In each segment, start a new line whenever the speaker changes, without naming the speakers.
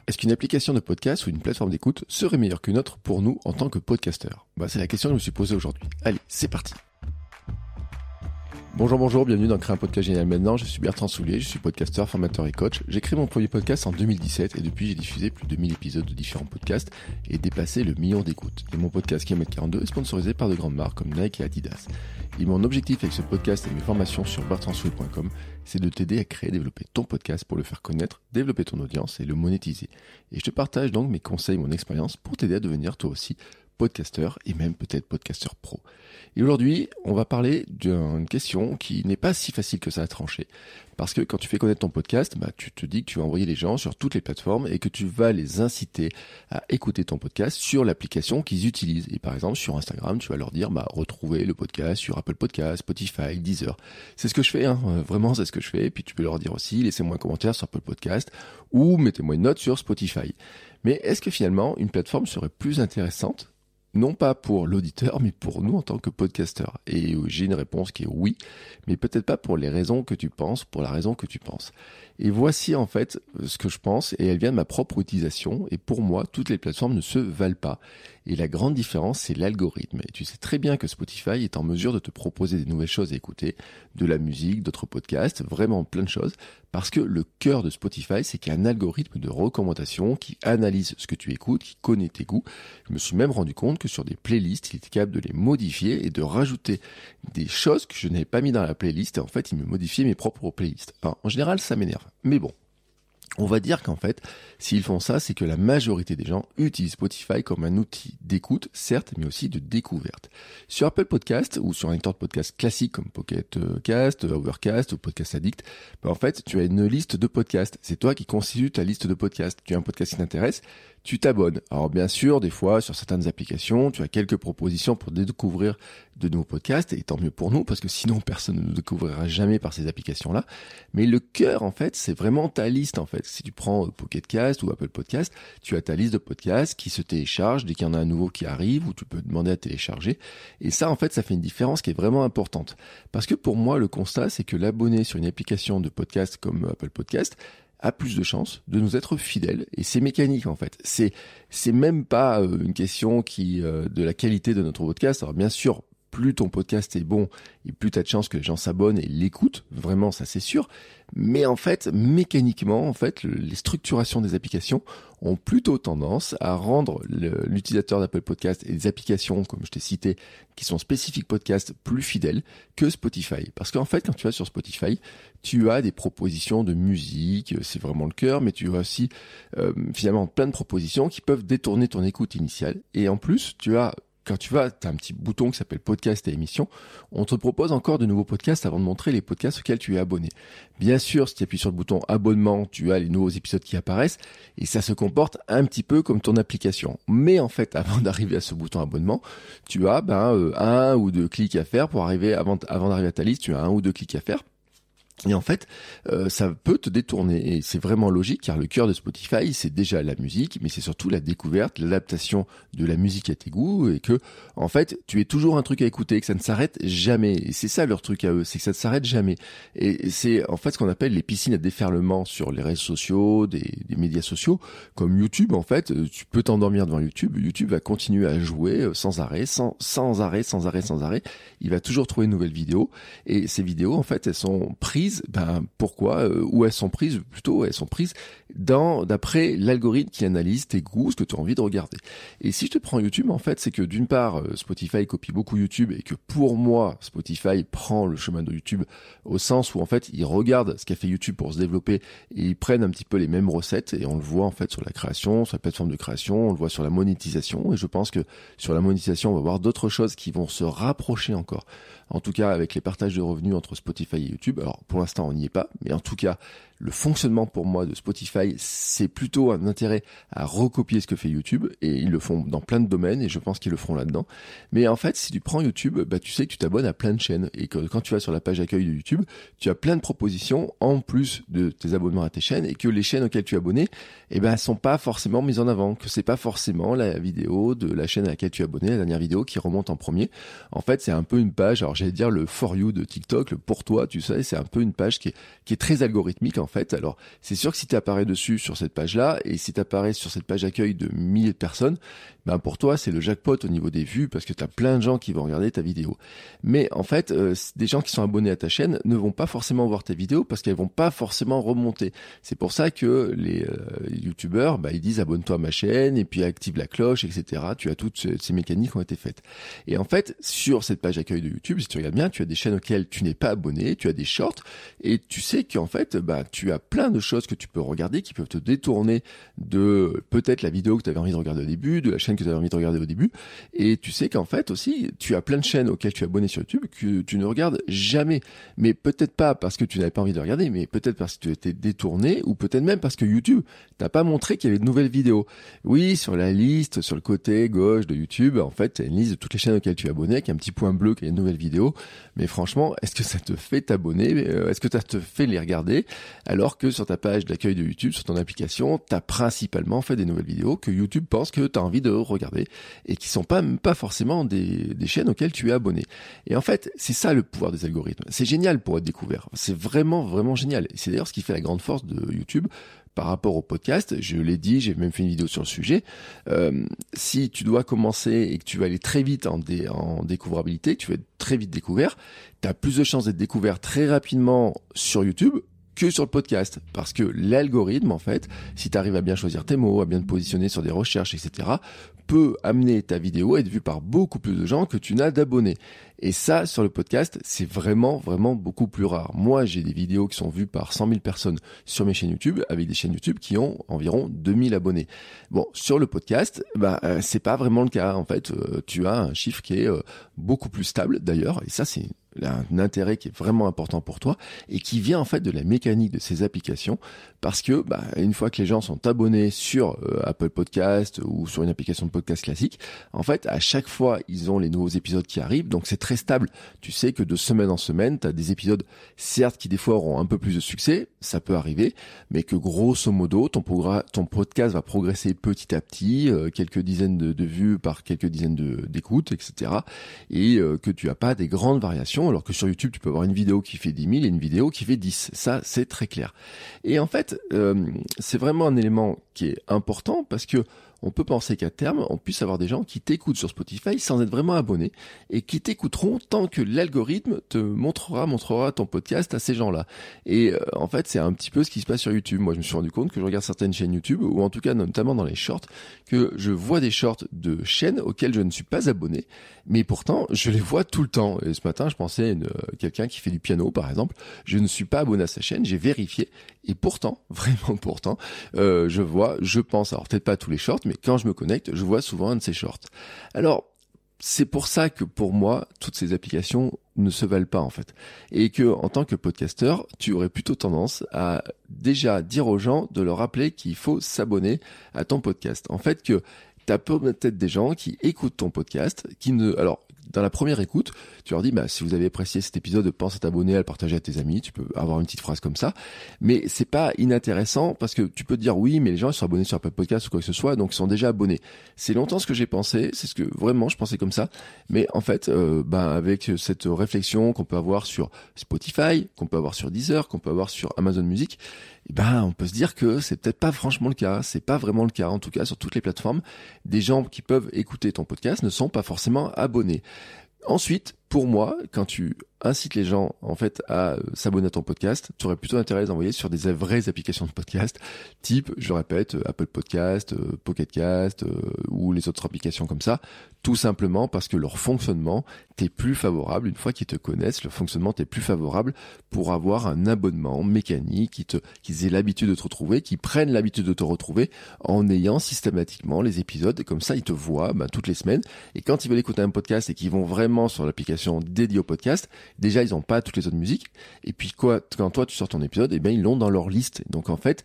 Est-ce qu'une application de podcast ou une plateforme d'écoute serait meilleure qu'une autre pour nous en tant que podcasteurs ? C'est la question que je me suis posée aujourd'hui. Allez, c'est parti. Bonjour, bienvenue dans Créer un podcast génial maintenant. Je suis Bertrand Soulier, je suis podcasteur, formateur et coach. J'ai créé mon premier podcast en 2017 et depuis j'ai diffusé plus de 1000 épisodes de différents podcasts et dépassé le million d'écoutes. Et mon podcast Km42 est sponsorisé par de grandes marques comme Nike et Adidas. Et mon objectif avec ce podcast et mes formations sur bertrandsoulier.com, c'est de t'aider à créer et développer ton podcast pour le faire connaître, développer ton audience et le monétiser. Et je te partage donc mes conseils, mon expérience pour t'aider à devenir toi aussi podcasteur et même peut-être podcasteur pro. Et aujourd'hui, on va parler d'une question qui n'est pas si facile que ça à trancher. Parce que quand tu fais connaître ton podcast, tu te dis que tu vas envoyer les gens sur toutes les plateformes et que tu vas les inciter à écouter ton podcast sur l'application qu'ils utilisent. Et par exemple, sur Instagram, tu vas leur dire, retrouvez le podcast sur Apple Podcast, Spotify, Deezer. C'est ce que je fais, vraiment c'est ce que je fais. Et puis tu peux leur dire aussi, laissez-moi un commentaire sur Apple Podcast ou mettez-moi une note sur Spotify. Mais est-ce que finalement, une plateforme serait plus intéressante ? Non pas pour l'auditeur, mais pour nous en tant que podcasteurs. Et j'ai une réponse qui est oui, mais peut-être pas pour les raisons que tu penses, pour la raison que tu penses. Et voici en fait ce que je pense, et elle vient de ma propre utilisation, et pour moi, toutes les plateformes ne se valent pas. Et la grande différence, c'est l'algorithme. Et tu sais très bien que Spotify est en mesure de te proposer des nouvelles choses à écouter, de la musique, d'autres podcasts, vraiment plein de choses, parce que le cœur de Spotify, c'est qu'il y a un algorithme de recommandation qui analyse ce que tu écoutes, qui connaît tes goûts. Je me suis même rendu compte que sur des playlists, il était capable de les modifier et de rajouter des choses que je n'avais pas mis dans la playlist. Et en fait, il me modifiait mes propres playlists. Alors, en général, ça m'énerve. Mais bon. On va dire qu'en fait, s'ils font ça, c'est que la majorité des gens utilisent Spotify comme un outil d'écoute, certes, mais aussi de découverte. Sur Apple Podcast ou sur un lecteur de podcast classique comme Pocket Cast, Overcast ou Podcast Addict, en fait, tu as une liste de podcasts. C'est toi qui constitues ta liste de podcasts. Tu as un podcast qui t'intéresse, tu t'abonnes. Alors bien sûr, des fois, sur certaines applications, tu as quelques propositions pour découvrir de nouveaux podcasts, et tant mieux pour nous, parce que sinon, personne ne nous découvrira jamais par ces applications-là. Mais le cœur, en fait, c'est vraiment ta liste, en fait. Si tu prends Pocket Cast ou Apple Podcast, tu as ta liste de podcasts qui se télécharge dès qu'il y en a un nouveau qui arrive, ou tu peux demander à télécharger. Et ça, en fait, ça fait une différence qui est vraiment importante. Parce que pour moi, le constat, c'est que l'abonné sur une application de podcast comme Apple Podcast a plus de chances de nous être fidèles. Et c'est mécanique, en fait. C'est même pas une question de la qualité de notre podcast. Alors, bien sûr, plus ton podcast est bon et plus tu as de chances que les gens s'abonnent et l'écoutent, vraiment ça c'est sûr, mais en fait mécaniquement les structurations des applications ont plutôt tendance à rendre l'utilisateur d'Apple Podcast et des applications comme je t'ai cité qui sont spécifiques podcast plus fidèles que Spotify, parce qu'en fait quand tu vas sur Spotify tu as des propositions de musique, c'est vraiment le cœur, mais tu as aussi finalement plein de propositions qui peuvent détourner ton écoute initiale, et en plus quand tu as un petit bouton qui s'appelle podcast et émissions, on te propose encore de nouveaux podcasts avant de montrer les podcasts auxquels tu es abonné. Bien sûr, si tu appuies sur le bouton abonnement, tu as les nouveaux épisodes qui apparaissent et ça se comporte un petit peu comme ton application. Mais en fait, avant d'arriver à ce bouton abonnement, tu as un ou deux clics à faire pour arriver, avant d'arriver à ta liste, tu as un ou deux clics à faire. Et en fait, ça peut te détourner, et c'est vraiment logique car le cœur de Spotify, c'est déjà la musique, mais c'est surtout la découverte, l'adaptation de la musique à tes goûts, et que, en fait, tu es toujours un truc à écouter, que ça ne s'arrête jamais. Et c'est ça leur truc à eux, c'est que ça ne s'arrête jamais. Et c'est en fait ce qu'on appelle les piscines à déferlement sur les réseaux sociaux, des médias sociaux, comme YouTube. En fait, tu peux t'endormir devant YouTube. YouTube va continuer à jouer sans arrêt. Il va toujours trouver une nouvelle vidéo, et ces vidéos, en fait, elles sont prises. Pourquoi Où elles sont prises d'après l'algorithme qui analyse tes goûts, ce que tu as envie de regarder. Et si je te prends YouTube, en fait, c'est que d'une part, Spotify copie beaucoup YouTube, et que pour moi, Spotify prend le chemin de YouTube au sens où en fait, ils regardent ce qu'a fait YouTube pour se développer, et ils prennent un petit peu les mêmes recettes, et on le voit en fait sur la création, sur la plateforme de création, on le voit sur la monétisation, et je pense que sur la monétisation, on va voir d'autres choses qui vont se rapprocher encore. En tout cas, avec les partages de revenus entre Spotify et YouTube. Alors, pour l'instant, on n'y est pas, mais en tout cas, le fonctionnement pour moi de Spotify, c'est plutôt un intérêt à recopier ce que fait YouTube, et ils le font dans plein de domaines, et je pense qu'ils le feront là-dedans. Mais en fait, si tu prends YouTube, tu sais que tu t'abonnes à plein de chaînes, et que quand tu vas sur la page accueil de YouTube, tu as plein de propositions en plus de tes abonnements à tes chaînes, et que les chaînes auxquelles tu es abonné, sont pas forcément mises en avant, que c'est pas forcément la vidéo de la chaîne à laquelle tu es abonné, la dernière vidéo qui remonte en premier. En fait, c'est un peu une page, alors j'allais dire le For You de TikTok, le pour toi, tu sais, c'est un peu une page qui est très algorithmique en fait, alors c'est sûr que si tu apparais dessus sur cette page-là, et si tu apparais sur cette page accueil de milliers de personnes, ben pour toi c'est le jackpot au niveau des vues, parce que tu as plein de gens qui vont regarder ta vidéo. Mais en fait, des gens qui sont abonnés à ta chaîne ne vont pas forcément voir tes vidéos, parce qu'elles vont pas forcément remonter. C'est pour ça que les youtubeurs, bah, ils disent abonne-toi à ma chaîne, et puis active la cloche, etc. Tu as toutes ces mécaniques qui ont été faites. Et en fait, sur cette page accueil de YouTube, si tu regardes bien, tu as des chaînes auxquelles tu n'es pas abonné, tu as des shorts, et tu sais qu'en fait, bah, tu as plein de choses que tu peux regarder qui peuvent te détourner de peut-être la vidéo que tu avais envie de regarder au début, de la chaîne que tu avais envie de regarder au début, et tu sais qu'en fait aussi, tu as plein de chaînes auxquelles tu es abonné sur YouTube que tu ne regardes jamais. Mais peut-être pas parce que tu n'avais pas envie de regarder, mais peut-être parce que tu étais détourné, ou peut-être même parce que YouTube t'a pas montré qu'il y avait de nouvelles vidéos. Oui, sur la liste, sur le côté gauche de YouTube, en fait, tu as une liste de toutes les chaînes auxquelles tu es abonné, avec un petit point bleu qui a une nouvelle vidéo. Mais franchement, est-ce que ça te fait t'abonner? Est-ce que ça te fait les regarder? Alors que sur ta page d'accueil de YouTube, sur ton application, tu as principalement fait des nouvelles vidéos que YouTube pense que tu as envie de regarder et qui sont pas forcément des chaînes auxquelles tu es abonné. Et en fait, c'est ça le pouvoir des algorithmes. C'est génial pour être découvert. C'est vraiment, vraiment génial. Et c'est d'ailleurs ce qui fait la grande force de YouTube par rapport au podcast. Je l'ai dit, j'ai même fait une vidéo sur le sujet. Si tu dois commencer et que tu vas aller très vite en découvrabilité, que tu vas être très vite découvert, tu as plus de chances d'être découvert très rapidement sur YouTube que sur le podcast, parce que l'algorithme, en fait, si tu arrives à bien choisir tes mots, à bien te positionner sur des recherches, etc., peut amener ta vidéo à être vue par beaucoup plus de gens que tu n'as d'abonnés. Et ça, sur le podcast, c'est vraiment, vraiment beaucoup plus rare. Moi, j'ai des vidéos qui sont vues par 100 000 personnes sur mes chaînes YouTube, avec des chaînes YouTube qui ont environ 2000 abonnés. Bon, sur le podcast, c'est pas vraiment le cas. En fait, tu as un chiffre qui est beaucoup plus stable, d'ailleurs, et ça, c'est un intérêt qui est vraiment important pour toi et qui vient en fait de la mécanique de ces applications, parce que une fois que les gens sont abonnés sur Apple Podcast ou sur une application de podcast classique, en fait à chaque fois ils ont les nouveaux épisodes qui arrivent, donc c'est très stable. Tu sais que de semaine en semaine tu as des épisodes certes qui des fois auront un peu plus de succès, ça peut arriver, mais que grosso modo ton podcast va progresser petit à petit, quelques dizaines de vues par quelques dizaines d'écoutes, etc. Et que tu as pas des grandes variations, alors que sur YouTube, tu peux avoir une vidéo qui fait 10 000 et une vidéo qui fait 10. Ça, c'est très clair. Et en fait, c'est vraiment un élément qui est important, parce que on peut penser qu'à terme, on puisse avoir des gens qui t'écoutent sur Spotify sans être vraiment abonnés et qui t'écouteront tant que l'algorithme te montrera ton podcast à ces gens-là. Et en fait, c'est un petit peu ce qui se passe sur YouTube. Moi, je me suis rendu compte que je regarde certaines chaînes YouTube, ou en tout cas notamment dans les shorts, que je vois des shorts de chaînes auxquelles je ne suis pas abonné, mais pourtant, je les vois tout le temps. Et ce matin, je pensais à quelqu'un qui fait du piano, par exemple. Je ne suis pas abonné à sa chaîne, j'ai vérifié. Et pourtant, vraiment pourtant, je pense, alors peut-être pas à tous les shorts, mais quand je me connecte, je vois souvent un de ces shorts. Alors, c'est pour ça que pour moi, toutes ces applications ne se valent pas en fait. Et que en tant que podcasteur, tu aurais plutôt tendance à déjà dire aux gens de leur rappeler qu'il faut s'abonner à ton podcast. En fait, que t'as peut-être des gens qui écoutent ton podcast, alors, dans la première écoute, tu leur dis, si vous avez apprécié cet épisode, pense à t'abonner, à le partager à tes amis, tu peux avoir une petite phrase comme ça. Mais c'est pas inintéressant, parce que tu peux te dire, oui, mais les gens, ils sont abonnés sur Apple Podcast ou quoi que ce soit, donc ils sont déjà abonnés. C'est longtemps ce que j'ai pensé, c'est ce que vraiment je pensais comme ça. Mais en fait, avec cette réflexion qu'on peut avoir sur Spotify, qu'on peut avoir sur Deezer, qu'on peut avoir sur Amazon Music, on peut se dire que c'est peut-être pas franchement le cas, c'est pas vraiment le cas, en tout cas sur toutes les plateformes, des gens qui peuvent écouter ton podcast ne sont pas forcément abonnés. Ensuite, pour moi, quand tu incites les gens en fait à s'abonner à ton podcast, tu aurais plutôt intérêt à les envoyer sur des vraies applications de podcast, type, je répète, Apple Podcast, Pocket Cast ou les autres applications comme ça, tout simplement parce que leur fonctionnement t'est plus favorable. Une fois qu'ils te connaissent, le fonctionnement t'est plus favorable pour avoir un abonnement mécanique, qu'ils aient l'habitude de te retrouver, qu'ils prennent l'habitude de te retrouver en ayant systématiquement les épisodes, et comme ça ils te voient toutes les semaines, et quand ils veulent écouter un podcast et qu'ils vont vraiment sur l'application dédiée au podcast, déjà ils n'ont pas toutes les autres musiques, et puis quand toi tu sors ton épisode, ils l'ont dans leur liste. Donc en fait,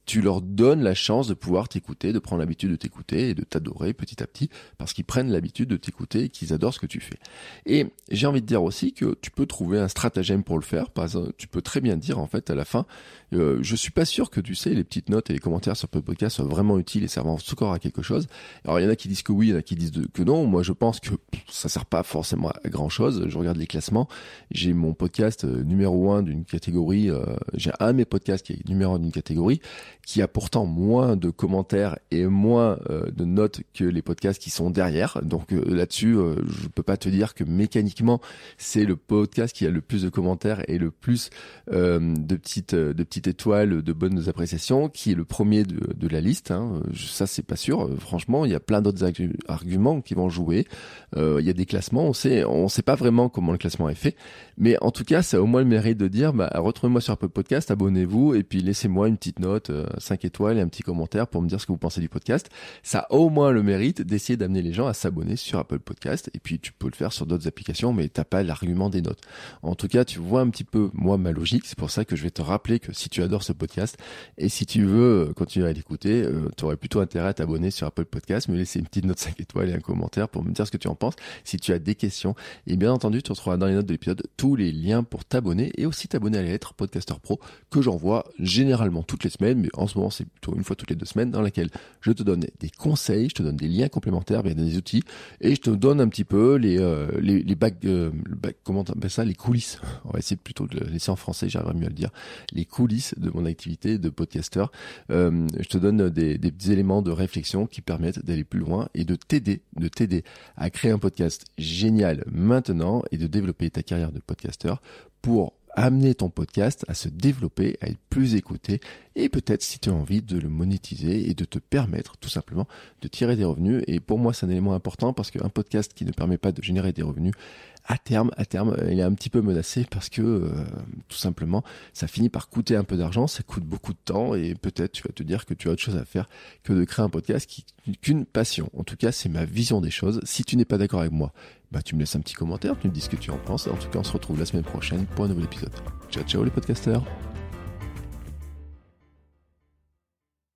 tu leur donnes la chance de pouvoir t'écouter, de prendre l'habitude de t'écouter et de t'adorer petit à petit parce qu'ils prennent l'habitude de t'écouter et qu'ils adorent ce que tu fais. Et j'ai envie de dire aussi que tu peux trouver un stratagème pour le faire. Par exemple, tu peux très bien dire en fait à la fin, je suis pas sûr que tu sais les petites notes et les commentaires sur le podcast soient vraiment utiles et servant encore à quelque chose. Alors il y en a qui disent que oui, il y en a qui disent que non. Moi je pense que ça sert pas forcément à grand chose. Je regarde les classements. J'ai mon podcast numéro 1 d'une catégorie. J'ai un de mes podcasts qui est numéro 1 d'une catégorie qui a pourtant moins de commentaires et moins de notes que les podcasts qui sont derrière. Donc là-dessus, je peux pas te dire que mécaniquement c'est le podcast qui a le plus de commentaires et le plus de petites étoiles, de bonnes appréciations, qui est le premier de la liste. Hein. Ça c'est pas sûr. Franchement, il y a plein d'autres arguments qui vont jouer. Il y a des classements. On sait pas vraiment comment le classement est fait, mais en tout cas, ça a au moins le mérite de dire, retrouvez-moi sur Apple Podcast, abonnez-vous et puis laissez-moi une petite note, 5 étoiles et un petit commentaire pour me dire ce que vous pensez du podcast. Ça a au moins le mérite d'essayer d'amener les gens à s'abonner sur Apple Podcast. Et puis tu peux le faire sur d'autres applications, mais t'as pas l'argument des notes. En tout cas, tu vois un petit peu moi ma logique. C'est pour ça que je vais te rappeler que si tu adores ce podcast et si tu veux continuer à l'écouter, tu aurais plutôt intérêt à t'abonner sur Apple Podcast, me laisser une petite note 5 étoiles et un commentaire pour me dire ce que tu en penses. Si tu as des questions, et bien entendu, tu retrouveras dans les notes de l'épisode tous les liens pour t'abonner et aussi t'abonner à la lettre Podcaster Pro que j'envoie généralement toutes les semaines, mais en ce moment c'est plutôt une fois toutes les 2 semaines, dans laquelle je te donne des conseils, je te donne des liens complémentaires, bien des outils, et je te donne un petit peu les comment t'appelles ça, les coulisses. On va essayer plutôt de le laisser en français, j'arriverai mieux à le dire. Les coulisses de mon activité de podcasteur. Je te donne des petits éléments de réflexion qui permettent d'aller plus loin et de t'aider à créer un podcast génial maintenant et de développer ta carrière de podcasteur pour amener ton podcast à se développer, à être plus écouté et peut-être si tu as envie de le monétiser et de te permettre tout simplement de tirer des revenus. Et pour moi, c'est un élément important parce qu'un podcast qui ne permet pas de générer des revenus, à terme, il est un petit peu menacé parce que tout simplement, ça finit par coûter un peu d'argent, ça coûte beaucoup de temps et peut-être tu vas te dire que tu as autre chose à faire que de créer un podcast qui n'est qu'une passion. En tout cas, c'est ma vision des choses. Si tu n'es pas d'accord avec moi, tu me laisses un petit commentaire, tu me dis ce que tu en penses. En tout cas, on se retrouve la semaine prochaine pour un nouvel épisode. Ciao les podcasteurs.